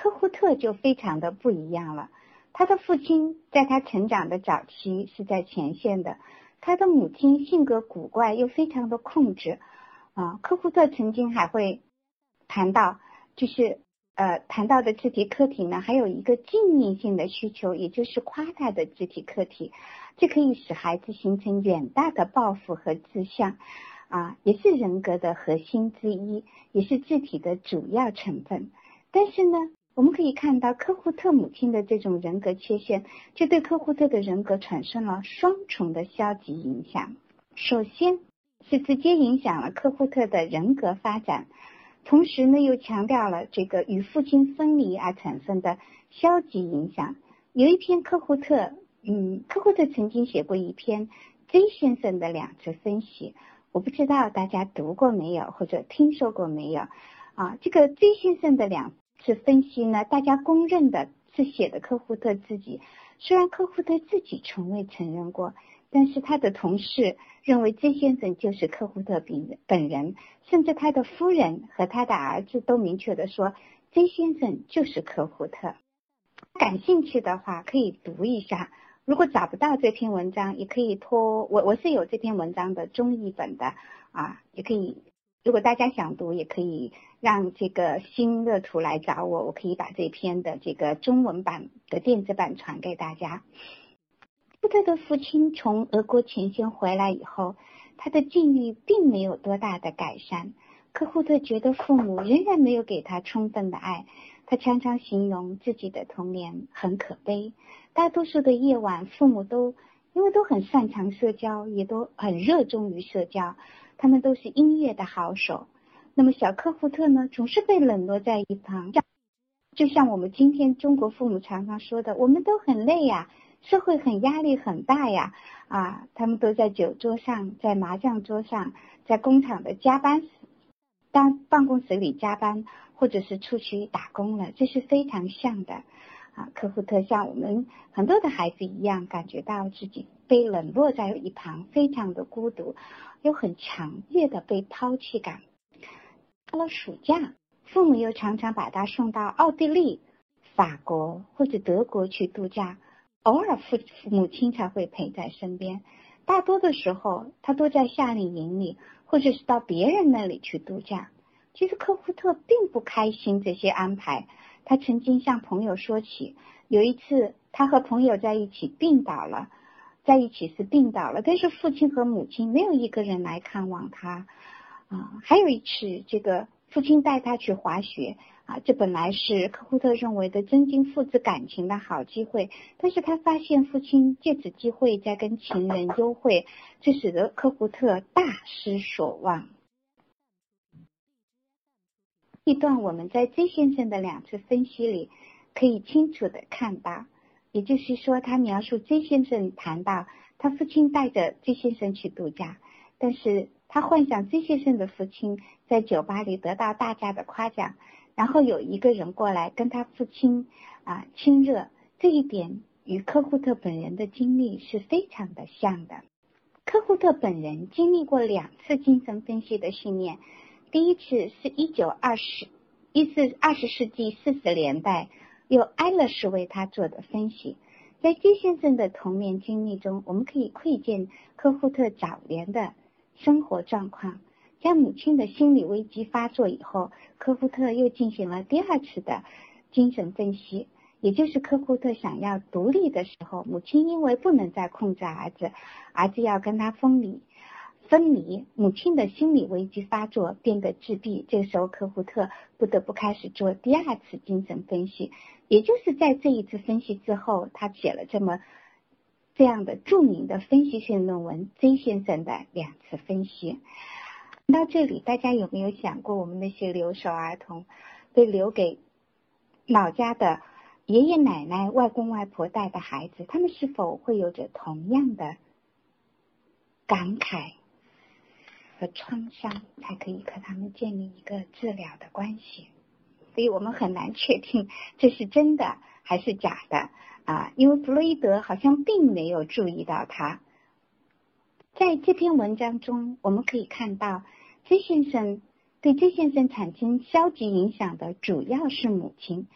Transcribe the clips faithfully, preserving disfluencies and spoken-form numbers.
科胡特就非常的不一样了。他的父亲在他成长的早期是在前线的，他的母亲性格古怪又非常的控制啊。科胡特曾经还会谈到，就是呃谈到的肢体客体呢，还有一个静谧性的需求，也就是夸大的肢体客体，这可以使孩子形成远大的抱负和志向啊，也是人格的核心之一，也是肢体的主要成分。但是呢，我们可以看到科胡特母亲的这种人格缺陷，就对科胡特的人格产生了双重的消极影响。首先是直接影响了科胡特的人格发展，同时呢又强调了这个与父亲分离而产生的消极影响。有一篇科胡特，嗯，科胡特曾经写过一篇 J 先生的两次分析，我不知道大家读过没有，或者听说过没有啊？这个 J 先生的两次分析呢，大家公认的是写的科胡特自己，虽然科胡特自己从未承认过，但是他的同事认为 J 先生就是科胡特本人，甚至他的夫人和他的儿子都明确的说 J 先生就是科胡特。感兴趣的话可以读一下，如果找不到这篇文章也可以托我我是有这篇文章的中译本的啊，也可以，如果大家想读也可以让这个新乐图来找我，我可以把这篇的这个中文版的电子版传给大家。科胡特的父亲从俄国前线回来以后，他的境遇并没有多大的改善。科胡特觉得父母仍然没有给他充分的爱，他常常形容自己的童年很可悲。大多数的夜晚，父母都因为都很擅长社交，也都很热衷于社交，他们都是音乐的好手。那么小科胡特呢，总是被冷落在一旁，就像我们今天中国父母常常说的，我们都很累呀，社会很压力很大呀，啊，他们都在酒桌上，在麻将桌上，在工厂的加班当办公室里加班，或者是出去打工了，这是非常像的啊。科胡特像我们很多的孩子一样，感觉到自己被冷落在一旁，非常的孤独，有很强烈的被抛弃感。到了暑假，父母又常常把他送到奥地利、法国或者德国去度假，偶尔父母亲才会陪在身边，大多的时候他都在夏令营里，或者是到别人那里去度假。其实科胡特并不开心这些安排，他曾经向朋友说起，有一次他和朋友在一起病倒了，在一起是病倒了，但是父亲和母亲没有一个人来看望他啊。还有一次，这个父亲带他去滑雪啊，这本来是科胡特认为的增进父子感情的好机会，但是他发现父亲借此机会在跟情人幽会，这使得科胡特大失所望。一段我们在 J 先生的两次分析里可以清楚的看到，也就是说他描述 J 先生谈到他父亲带着 J 先生去度假，但是他幻想 J 先生的父亲在酒吧里得到大家的夸奖，然后有一个人过来跟他父亲啊亲热，这一点与科胡特本人的经历是非常的像的。科胡特本人经历过两次精神分析的训练，第一次是一九二十一四二十世纪四十年代，由埃勒士为他做的分析。在 J 先生的童年经历中，我们可以窥见科胡特早年的生活状况。在母亲的心理危机发作以后，科胡特又进行了第二次的精神分析，也就是科胡特想要独立的时候，母亲因为不能再控制儿子，儿子要跟他分离分离，母亲的心理危机发作，变得自闭。这个时候科胡特不得不开始做第二次精神分析，也就是在这一次分析之后，他写了这么这样的著名的分析性论文 J 先生的两次分析。到这里，大家有没有想过，我们那些留守儿童被留给老家的爷爷奶奶、外公外婆带的孩子，他们是否会有着同样的感慨和创伤，才可以和他们建立一个治疗的关系？所以我们很难确定这是真的还是假的啊，因为弗洛伊德好像并没有注意到他。在这篇文章中，我们可以看到 J 先生对 J 先生产生消极影响的主要是母亲。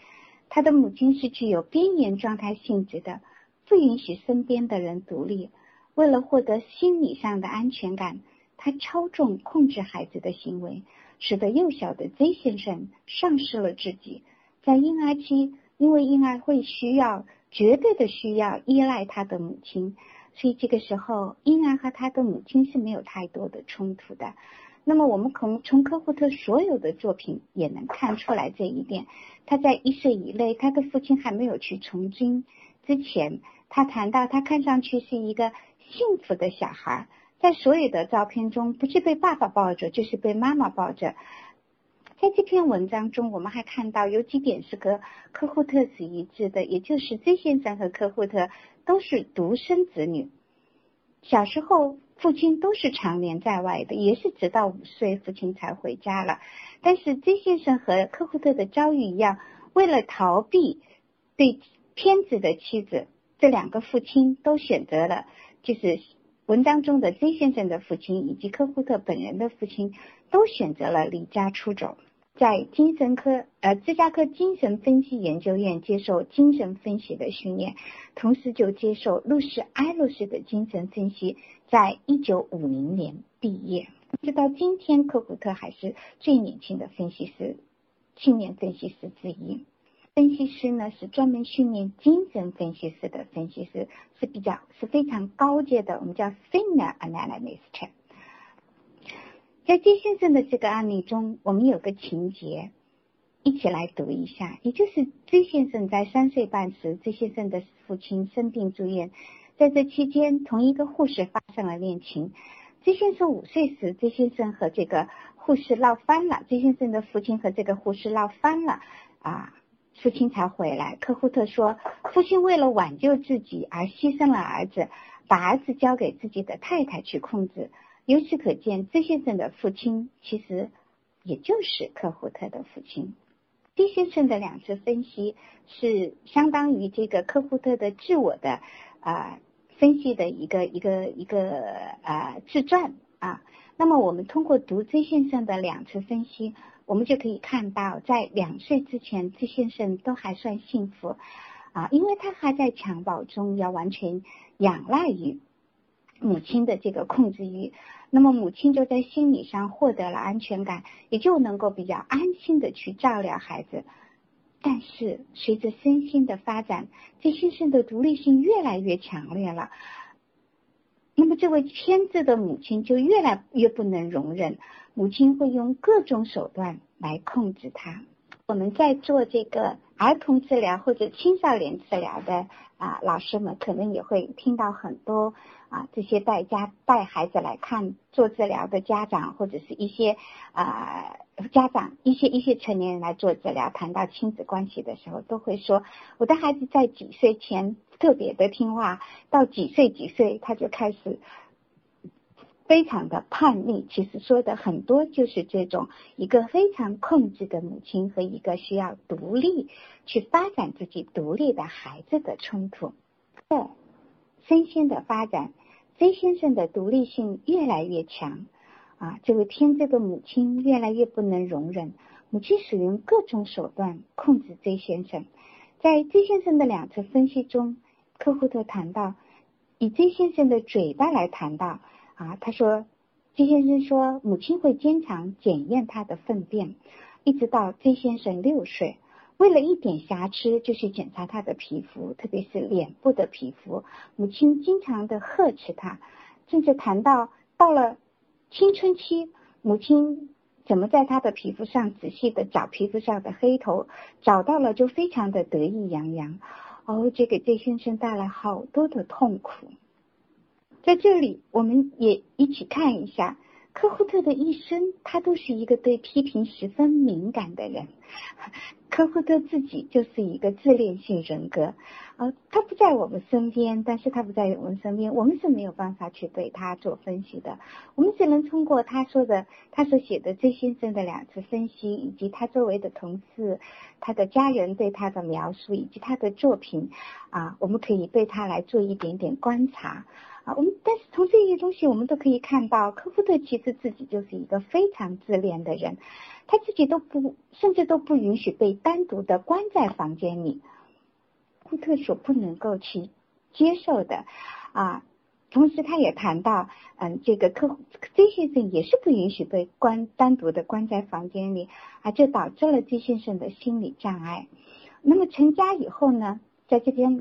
他的母亲是具有边缘状态性质的，不允许身边的人独立。为了获得心理上的安全感，他操纵控制孩子的行为，使得幼小的 Z 先生丧失了自己。在婴儿期，因为婴儿会需要绝对的需要依赖他的母亲，所以这个时候婴儿和他的母亲是没有太多的冲突的。那么我们从从科胡特所有的作品也能看出来这一点。他在一岁以内，他的父亲还没有去从军之前，他谈到他看上去是一个幸福的小孩，在所有的照片中不是被爸爸抱着就是被妈妈抱着。在这篇文章中，我们还看到有几点是和科胡特是一致的，也就是 Z 先生和科胡特都是独生子女，小时候父亲都是常年在外的，也是直到五岁父亲才回家了。但是 Z 先生和科胡特的遭遇一样，为了逃避对偏执的妻子，这两个父亲都选择了，就是文章中的 Z 先生的父亲以及科胡特本人的父亲都选择了离家出走。在精神科呃芝加哥精神分析研究院接受精神分析的训练，同时就接受路士埃洛斯的精神分析，在一九五零年毕业。直到今天，科胡特还是最年轻的分析师，青年分析师之一。分析师呢是专门训练精神分析师的分析师，是比较是非常高阶的，我们叫 senior analyst。在 Z 先生的这个案例中，我们有个情节一起来读一下，也就是 Z 先生在三岁半时 ，Z 先生的父亲生病住院，在这期间同一个护士发生了恋情。Z 先生五岁时 ，Z 先生和这个护士闹翻了 ，Z 先生的父亲和这个护士闹翻了啊，父亲才回来。科胡特说，父亲为了挽救自己而牺牲了儿子，把儿子交给自己的太太去控制。由此可见 ，Z 先生的父亲其实也就是科胡特的父亲。Z 先生的两次分析是相当于这个科胡特的自我的啊、呃、分析的一个一个一个啊、呃、自传啊。那么我们通过读 Z 先生的两次分析，我们就可以看到，在两岁之前 ，Z 先生都还算幸福啊，因为他还在襁褓中，要完全仰赖于母亲的这个控制欲，那么母亲就在心理上获得了安全感，也就能够比较安心的去照料孩子。但是随着身心的发展，这先生的独立性越来越强烈了，那么这位偏执的母亲就越来越不能容忍，母亲会用各种手段来控制他。我们在做这个儿童治疗或者青少年治疗的啊，老师们可能也会听到很多啊，这些带家带孩子来看做治疗的家长，或者是一些啊家长一些一些成年人来做治疗，谈到亲子关系的时候，都会说，我的孩子在几岁前特别的听话，到几岁几岁他就开始非常的叛逆。其实说的很多就是这种一个非常控制的母亲和一个需要独立去发展自己独立的孩子的冲突。在身心的发展， Z 先生的独立性越来越强啊，这位偏执的母亲越来越不能容忍，母亲使用各种手段控制 Z 先生。在 Z 先生的两次分析中，科胡特谈到以 Z 先生的嘴巴来谈到啊，他说 Z 先生说母亲会经常检验他的粪便，一直到 Z 先生六岁，为了一点瑕疵就去检查他的皮肤，特别是脸部的皮肤，母亲经常的呵斥他，甚至谈到到了青春期，母亲怎么在他的皮肤上仔细的找皮肤上的黑头，找到了就非常的得意洋洋。哦，这给 Z 先生带来好多的痛苦。在这里我们也一起看一下科胡特的一生，他都是一个对批评十分敏感的人。科胡特自己就是一个自恋性人格，呃，他不在我们身边，但是他不在我们身边，我们是没有办法去对他做分析的。我们只能通过他说的，他所写的 Z 先生的两次分析，以及他周围的同事、他的家人对他的描述，以及他的作品啊，我们可以对他来做一点点观察啊，我们但是从这些东西我们都可以看到，科夫特其实自己就是一个非常自恋的人，他自己都不甚至都不允许被单独的关在房间里，科夫特所不能够去接受的啊。同时他也谈到，嗯，这个科J先生也是不允许被关单独的关在房间里啊，这导致了J先生的心理障碍。那么成家以后呢，在这边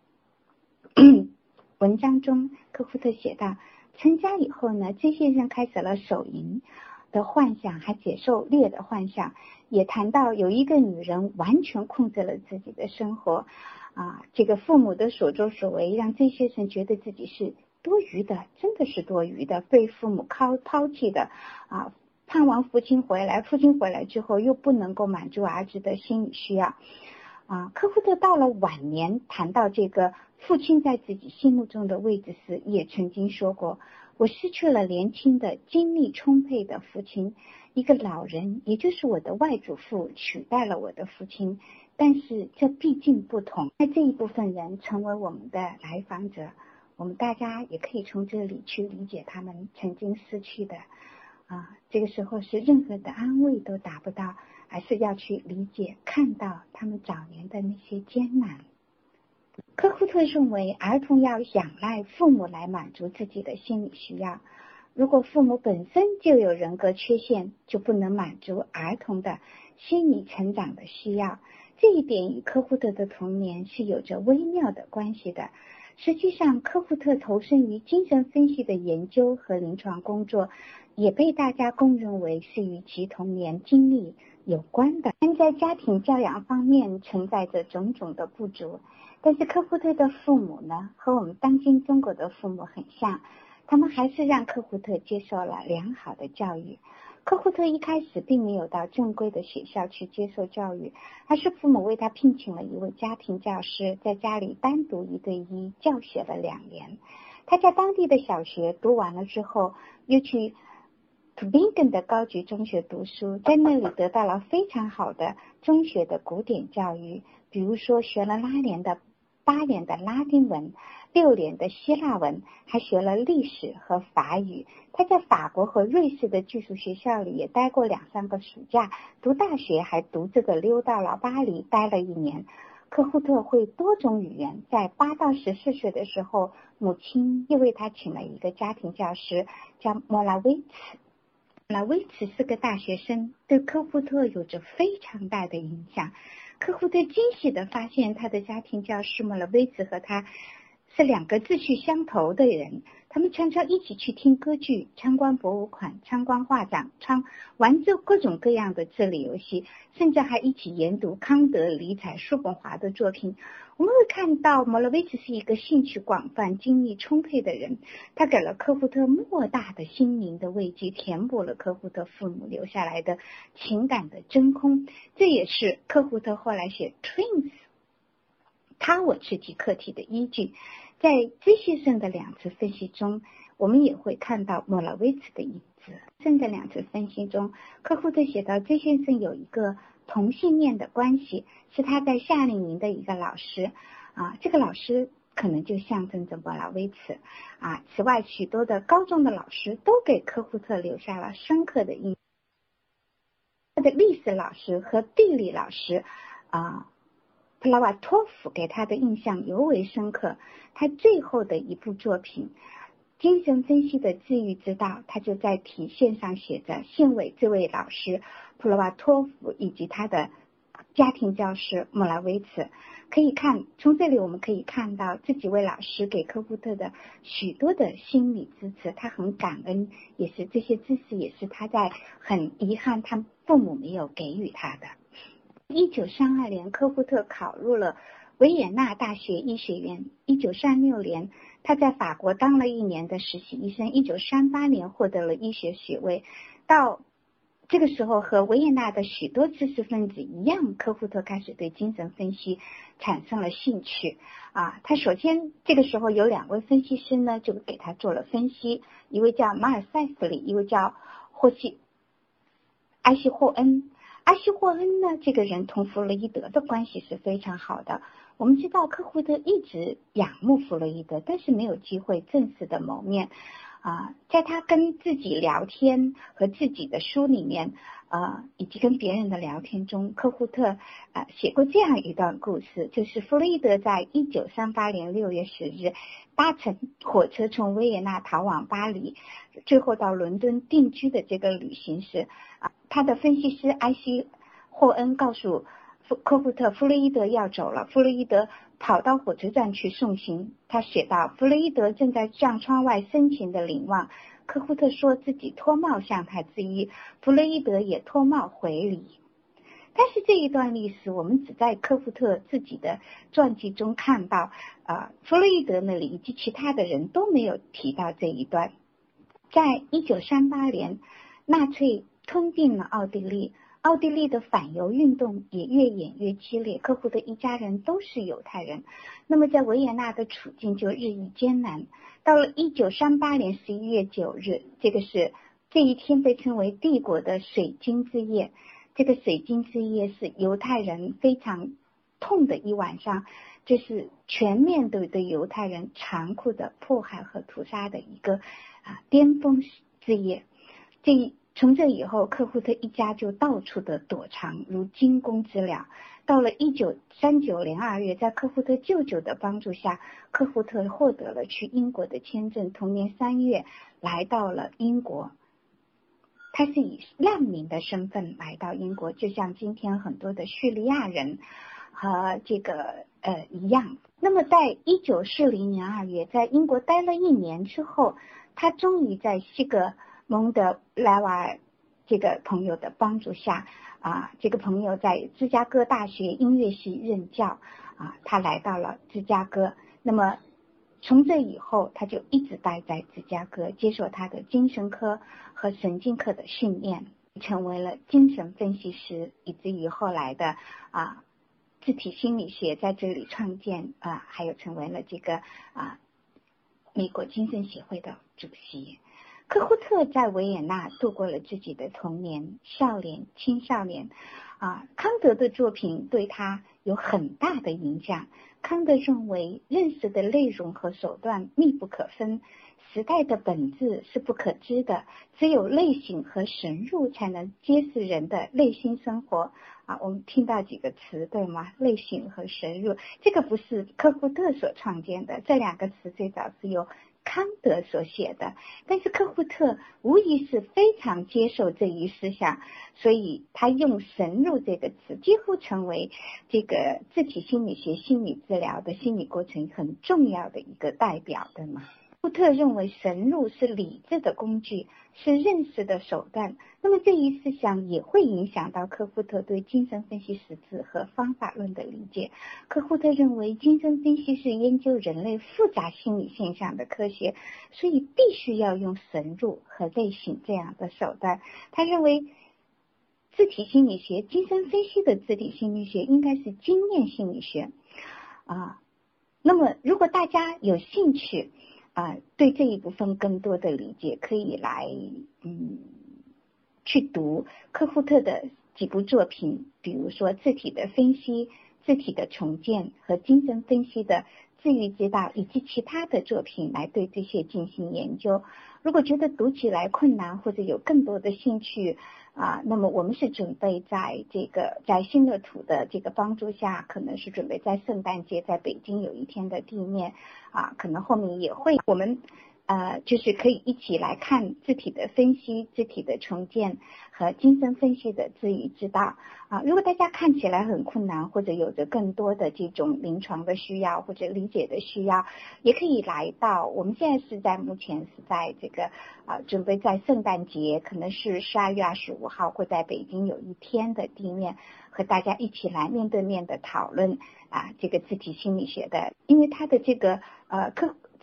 文章中，科夫特写道，成家以后呢，J先生开始了手淫的幻想，还解受猎的幻想，也谈到有一个女人完全控制了自己的生活啊，这个父母的所作所为让J先生觉得自己是多余的，真的是多余的，被父母抛抛弃的啊，盼望父亲回来，父亲回来之后又不能够满足儿子的心理需要啊。科夫特到了晚年谈到这个父亲在自己心目中的位置时，也曾经说过，我失去了年轻的精力充沛的父亲，一个老人，也就是我的外祖父取代了我的父亲，但是这毕竟不同。那这一部分人成为我们的来访者，我们大家也可以从这里去理解他们曾经失去的啊，这个时候是任何的安慰都达不到，而是要去理解看到他们早年的那些艰难。科夫特认为儿童要仰赖父母来满足自己的心理需要，如果父母本身就有人格缺陷，就不能满足儿童的心理成长的需要。这一点与科夫特的童年是有着微妙的关系的。实际上，科夫特投身于精神分析的研究和临床工作，也被大家公认为是与其童年经历有关的。但在家庭教养方面存在着种种的不足，但是科夫特的父母呢，和我们当今中国的父母很像，他们还是让科夫特接受了良好的教育。科夫特一开始并没有到正规的学校去接受教育，而是父母为他聘请了一位家庭教师，在家里单独一对一教学了两年。他在当地的小学读完了之后，又去图宾根的高级中学读书，在那里得到了非常好的中学的古典教育，比如说学了拉年的八年的拉丁文，六年的希腊文，还学了历史和法语。他在法国和瑞士的寄宿学校里也待过两三个暑假，读大学还独自的溜到了巴黎待了一年。科夫特会多种语言，在八到十四岁的时候，母亲又为他请了一个家庭教师，叫莫拉维茨。莫拉维茨是个大学生，对科夫特有着非常大的影响。科夫特惊喜地发现，他的家庭教师莫拉维茨和他是两个志趣相投的人，他们常常一起去听歌剧，参观博物馆，参观画展，参玩着各种各样的智力游戏，甚至还一起研读康德、尼采、叔本华的作品。我们会看到莫拉维茨是一个兴趣广泛、精力充沛的人，他给了科夫特莫大的心灵的慰藉，填补了科夫特父母留下来的情感的真空。这也是科夫特后来写 Twins 他我刺激课题的依据。在J先生的两次分析中，我们也会看到莫拉维茨的影子。在这两次分析中，科夫特写到J先生有一个同性恋的关系，是他在夏令营的一个老师啊，这个老师可能就象征着莫拉维茨啊。此外，许多的高中的老师都给科夫特留下了深刻的印象。他的历史老师和地理老师啊，普拉瓦托夫给他的印象尤为深刻。他最后的一部作品精神分析的治愈之道，他就在题线上写着献给这位老师普拉瓦托夫以及他的家庭教师莫拉维茨。可以看，从这里我们可以看到这几位老师给科夫特的许多的心理支持，他很感恩，也是这些支持也是他在很遗憾他父母没有给予他的。一九三二年，科夫特考入了维也纳大学医学院。一九三六年，他在法国当了一年的实习医生。一九三八年获得了医学学位。到这个时候，和维也纳的许多知识分子一样，科夫特开始对精神分析产生了兴趣啊。他首先这个时候有两位分析师呢，就给他做了分析，一位叫马尔塞弗里，一位叫霍西埃西霍恩阿西霍恩呢，这个人同弗洛伊德的关系是非常好的。我们知道科胡特一直仰慕弗洛伊德，但是没有机会正式的谋面。啊，在他跟自己聊天和自己的书里面，呃，以及跟别人的聊天中，科胡特啊写过这样一段故事，就是弗洛伊德在一九三八年六月十日搭乘火车从维也纳逃往巴黎，最后到伦敦定居的这个旅行时，啊，他的分析师埃希霍恩告诉科胡特弗洛伊德要走了，弗洛伊德跑到火车站去送行。他写道，弗洛伊德正在向窗外深情的凝望，科胡特说自己脱帽向他致意，弗洛伊德也脱帽回礼。但是这一段历史我们只在科胡特自己的传记中看到，呃，弗洛伊德那里以及其他的人都没有提到这一段。在一九三八年，纳粹吞并了奥地利，奥地利的反犹运动也越演越激烈，科胡特一家人都是犹太人，那么在维也纳的处境就日益艰难。到了一九三八年十一月九日，这个是这一天被称为帝国的水晶之夜。这个水晶之夜是犹太人非常痛的一晚上，这是全面对对犹太人残酷的迫害和屠杀的一个啊巅峰之夜。这从这以后，科胡特一家就到处的躲藏，如惊弓之鸟。到了一九三九年二月，在科胡特舅舅的帮助下，科胡特获得了去英国的签证。同年三月，来到了英国。他是以难民的身份来到英国，就像今天很多的叙利亚人和这个呃一样。那么在一九四零年二月，在英国待了一年之后，他终于在西格蒙德莱瓦尔这个朋友的帮助下啊，这个朋友在芝加哥大学音乐系任教啊，他来到了芝加哥。那么从这以后，他就一直待在芝加哥，接受他的精神科和神经科的训练，成为了精神分析师，以至于后来的啊自体心理学在这里创建啊，还有成为了这个啊美国精神协会的主席。科胡特在维也纳度过了自己的童年、少年、青少年啊，康德的作品对他有很大的影响。康德认为认识的内容和手段密不可分，时代的本质是不可知的，只有内省和深入才能揭示人的内心生活啊。我们听到几个词对吗？内省和深入，这个不是科胡特所创建的，这两个词最早是由康德所写的，但是科胡特无疑是非常接受这一思想，所以他用深入这个词几乎成为这个自体心理学心理治疗的心理过程很重要的一个代表，对吗？科胡特认为深入是理智的工具，是认识的手段。那么这一思想也会影响到科胡特对精神分析实质和方法论的理解。科胡特认为精神分析是研究人类复杂心理现象的科学，所以必须要用深入和内省这样的手段。他认为自体心理学、精神分析的自体心理学应该是经验心理学啊。那么如果大家有兴趣啊，对这一部分更多的理解，可以来嗯去读科胡特的几部作品，比如说自体的分析、自体的重建和精神分析的治愈之道，以及其他的作品来对这些进行研究。如果觉得读起来困难或者有更多的兴趣啊，那么我们是准备在这个在新乐土的这个帮助下，可能是准备在圣诞节在北京有一天的地面啊，可能后面也会我们呃就是可以一起来看字体的分析、字体的重建和精神分析的治愈之道啊。如果大家看起来很困难，或者有着更多的这种临床的需要或者理解的需要，也可以来到我们现在是在目前是在这个啊准备在圣诞节，可能是十二月二十五号会在北京有一天的地面，和大家一起来面对面的讨论啊这个字体心理学的，因为它的这个呃科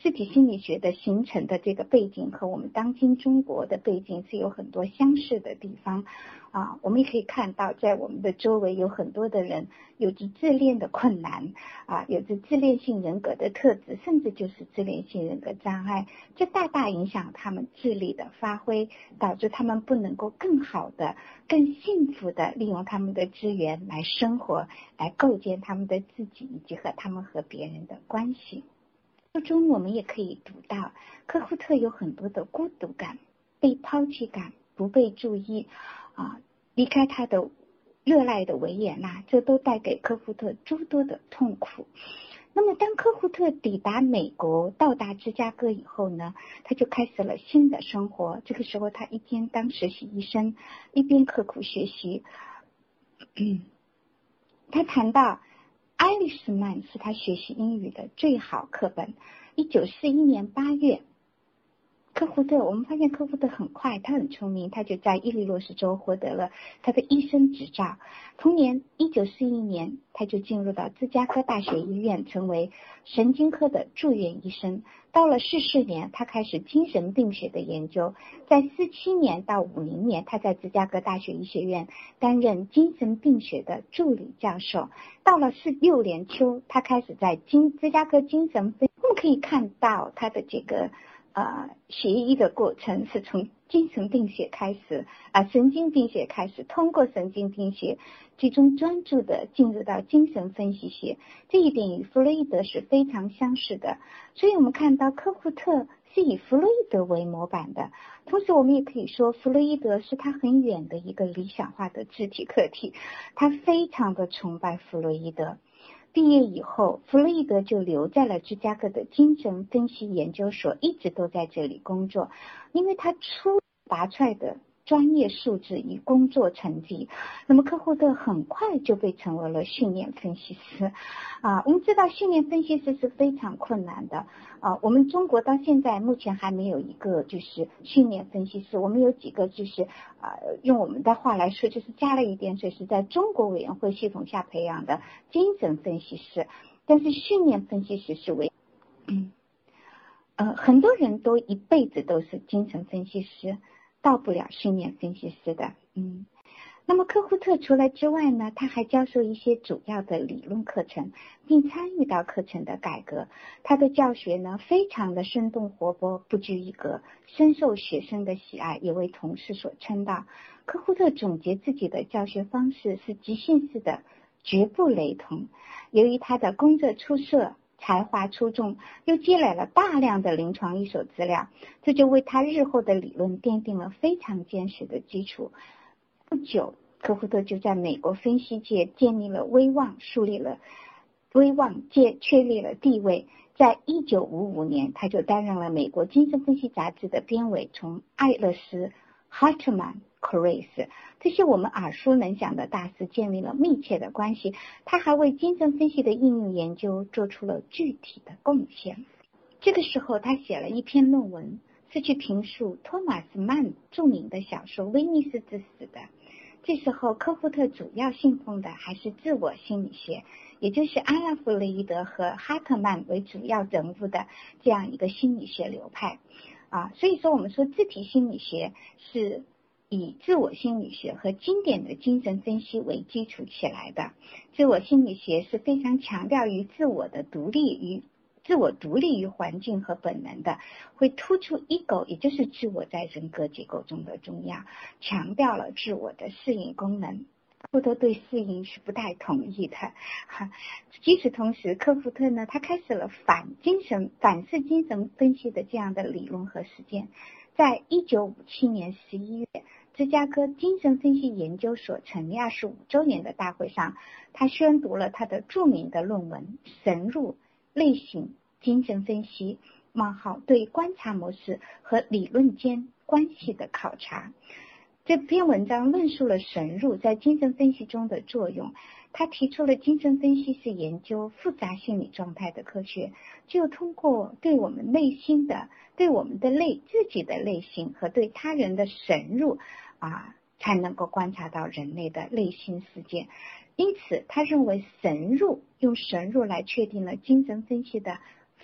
自体心理学的形成的这个背景和我们当今中国的背景是有很多相似的地方啊。我们也可以看到，在我们的周围有很多的人有着自恋的困难啊，有着自恋性人格的特质，甚至就是自恋性人格障碍，这大大影响他们智力的发挥，导致他们不能够更好的、更幸福的利用他们的资源来生活，来构建他们的自己以及和他们和别人的关系。书中我们也可以读到，科胡特有很多的孤独感、被抛弃感、不被注意啊，离开他的热爱的维也纳，这都带给科胡特诸多的痛苦。那么当科胡特抵达美国，到达芝加哥以后呢，他就开始了新的生活。这个时候他一边当实习医生，一边刻苦学习。嗯，他谈到爱丽丝曼是他学习英语的最好课本。一九四一年八月，科胡特，我们发现科胡特很快，他很聪明，他就在伊利诺斯州获得了他的医生执照。同年一九四一年，他就进入到芝加哥大学医院，成为神经科的住院医生。到了四四年，他开始精神病学的研究。在四七年到五零年，他在芝加哥大学医学院担任精神病学的助理教授。到了四六年秋，他开始在精芝加哥精神分，我们可以看到他的这个呃学医的过程是从精神病学开始啊、呃，神经病学开始，通过神经病学最终专注的进入到精神分析学，这一点与弗洛伊德是非常相似的。所以我们看到科胡特是以弗洛伊德为模板的，同时我们也可以说弗洛伊德是他很远的一个理想化的自体客体，他非常的崇拜弗洛伊德。毕业以后，弗洛伊德就留在了芝加哥的精神分析研究所，一直都在这里工作，因为他出拔出来的专业素质与工作成绩，那么科胡特很快就被成为了训练分析师啊。我们知道训练分析师是非常困难的啊，我们中国到现在目前还没有一个就是训练分析师，我们有几个就是啊，用我们的话来说就是加了一点水，是在中国委员会系统下培养的精神分析师，但是训练分析师是为嗯呃很多人都一辈子都是精神分析师，到不了训练分析师的。嗯，那么科胡特除了之外呢，他还教授一些主要的理论课程，并参与到课程的改革。他的教学呢非常的生动活泼，不拘一格，深受学生的喜爱，也为同事所称道。科胡特总结自己的教学方式是即兴式的，绝不雷同。由于他的工作出色，才华出众，又积累了大量的临床医手资料，这就为他日后的理论奠定了非常坚实的基础。不久，科胡特就在美国分析界建立了威望，树立了威望界，确立了地位。在一九五五年，他就担任了美国精神分析杂志的编委，从艾勒斯、哈特曼、克瑞斯这些我们耳熟能详的大师建立了密切的关系。他还为精神分析的应用研究做出了具体的贡献。这个时候，他写了一篇论文，是去评述托马斯曼著名的小说《威尼斯之死》的。这时候科胡特主要信奉的还是自我心理学，也就是阿拉弗雷伊德和哈特曼为主要人物的这样一个心理学流派啊。所以说我们说自体心理学是以自我心理学和经典的精神分析为基础起来的。自我心理学是非常强调于自我的独立与自我独立于环境和本能的，会突出 ego， 也就是自我在人格结构中的重要，强调了自我的适应功能。科胡特对适应是不太同意的。与此同时，科胡特呢，他开始了反精神反式精神分析的这样的理论和实践。在一九五七年十一月，芝加哥精神分析研究所成立二十五周年的大会上，他宣读了他的著名的论文《深入类型精神分析：冒号对观察模式和理论间关系的考察》。这篇文章论述了深入在精神分析中的作用。他提出了精神分析是研究复杂心理状态的科学，只有通过对我们内心的、对我们的内自己的内心和对他人的深入啊，才能够观察到人类的内心世界。因此，他认为深入用深入来确定了精神分析的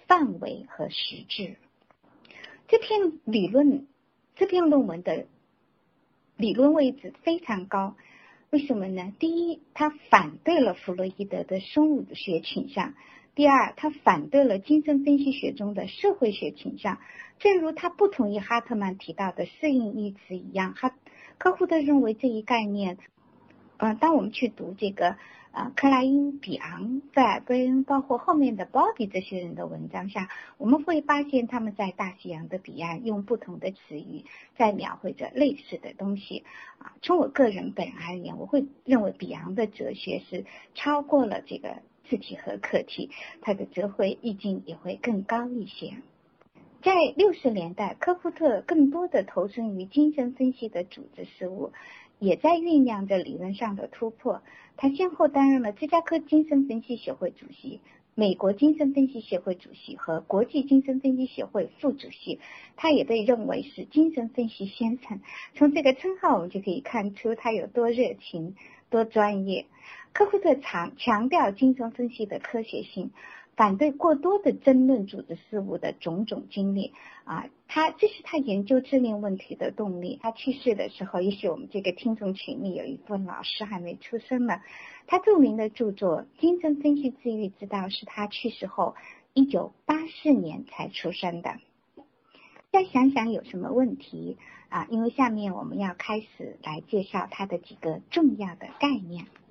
范围和实质。这篇理论，这篇论文的理论位置非常高，为什么呢？第一，他反对了弗洛伊德的生物学倾向；第二，他反对了精神分析学中的社会学倾向。正如他不同意哈特曼提到的适应一词一样，哈科胡特认为这一概念，嗯、呃，当我们去读这个呃克莱因、比昂、费尔贝恩，包括后面的鲍比这些人的文章下，我们会发现他们在大西洋的彼岸用不同的词语在描绘着类似的东西啊。从我个人本人而言，我会认为比昂的哲学是超过了这个字体和客体，它的哲学意境也会更高一些。在六十年代，科胡特更多的投身于精神分析的组织事务，也在酝酿着理论上的突破。他先后担任了芝加哥精神分析协会主席、美国精神分析协会主席和国际精神分析协会副主席。他也被认为是精神分析先生。从这个称号我们就可以看出他有多热情、多专业。科胡特强强调精神分析的科学性，反对过多的争论组织事务的种种经历啊，他这是他研究智力问题的动力。他去世的时候，也许我们这个听众群里有一位老师还没出生呢。他著名的著作《精神分析治愈之道》是他去世后一九八四年才出生的。再想想有什么问题啊？因为下面我们要开始来介绍他的几个重要的概念。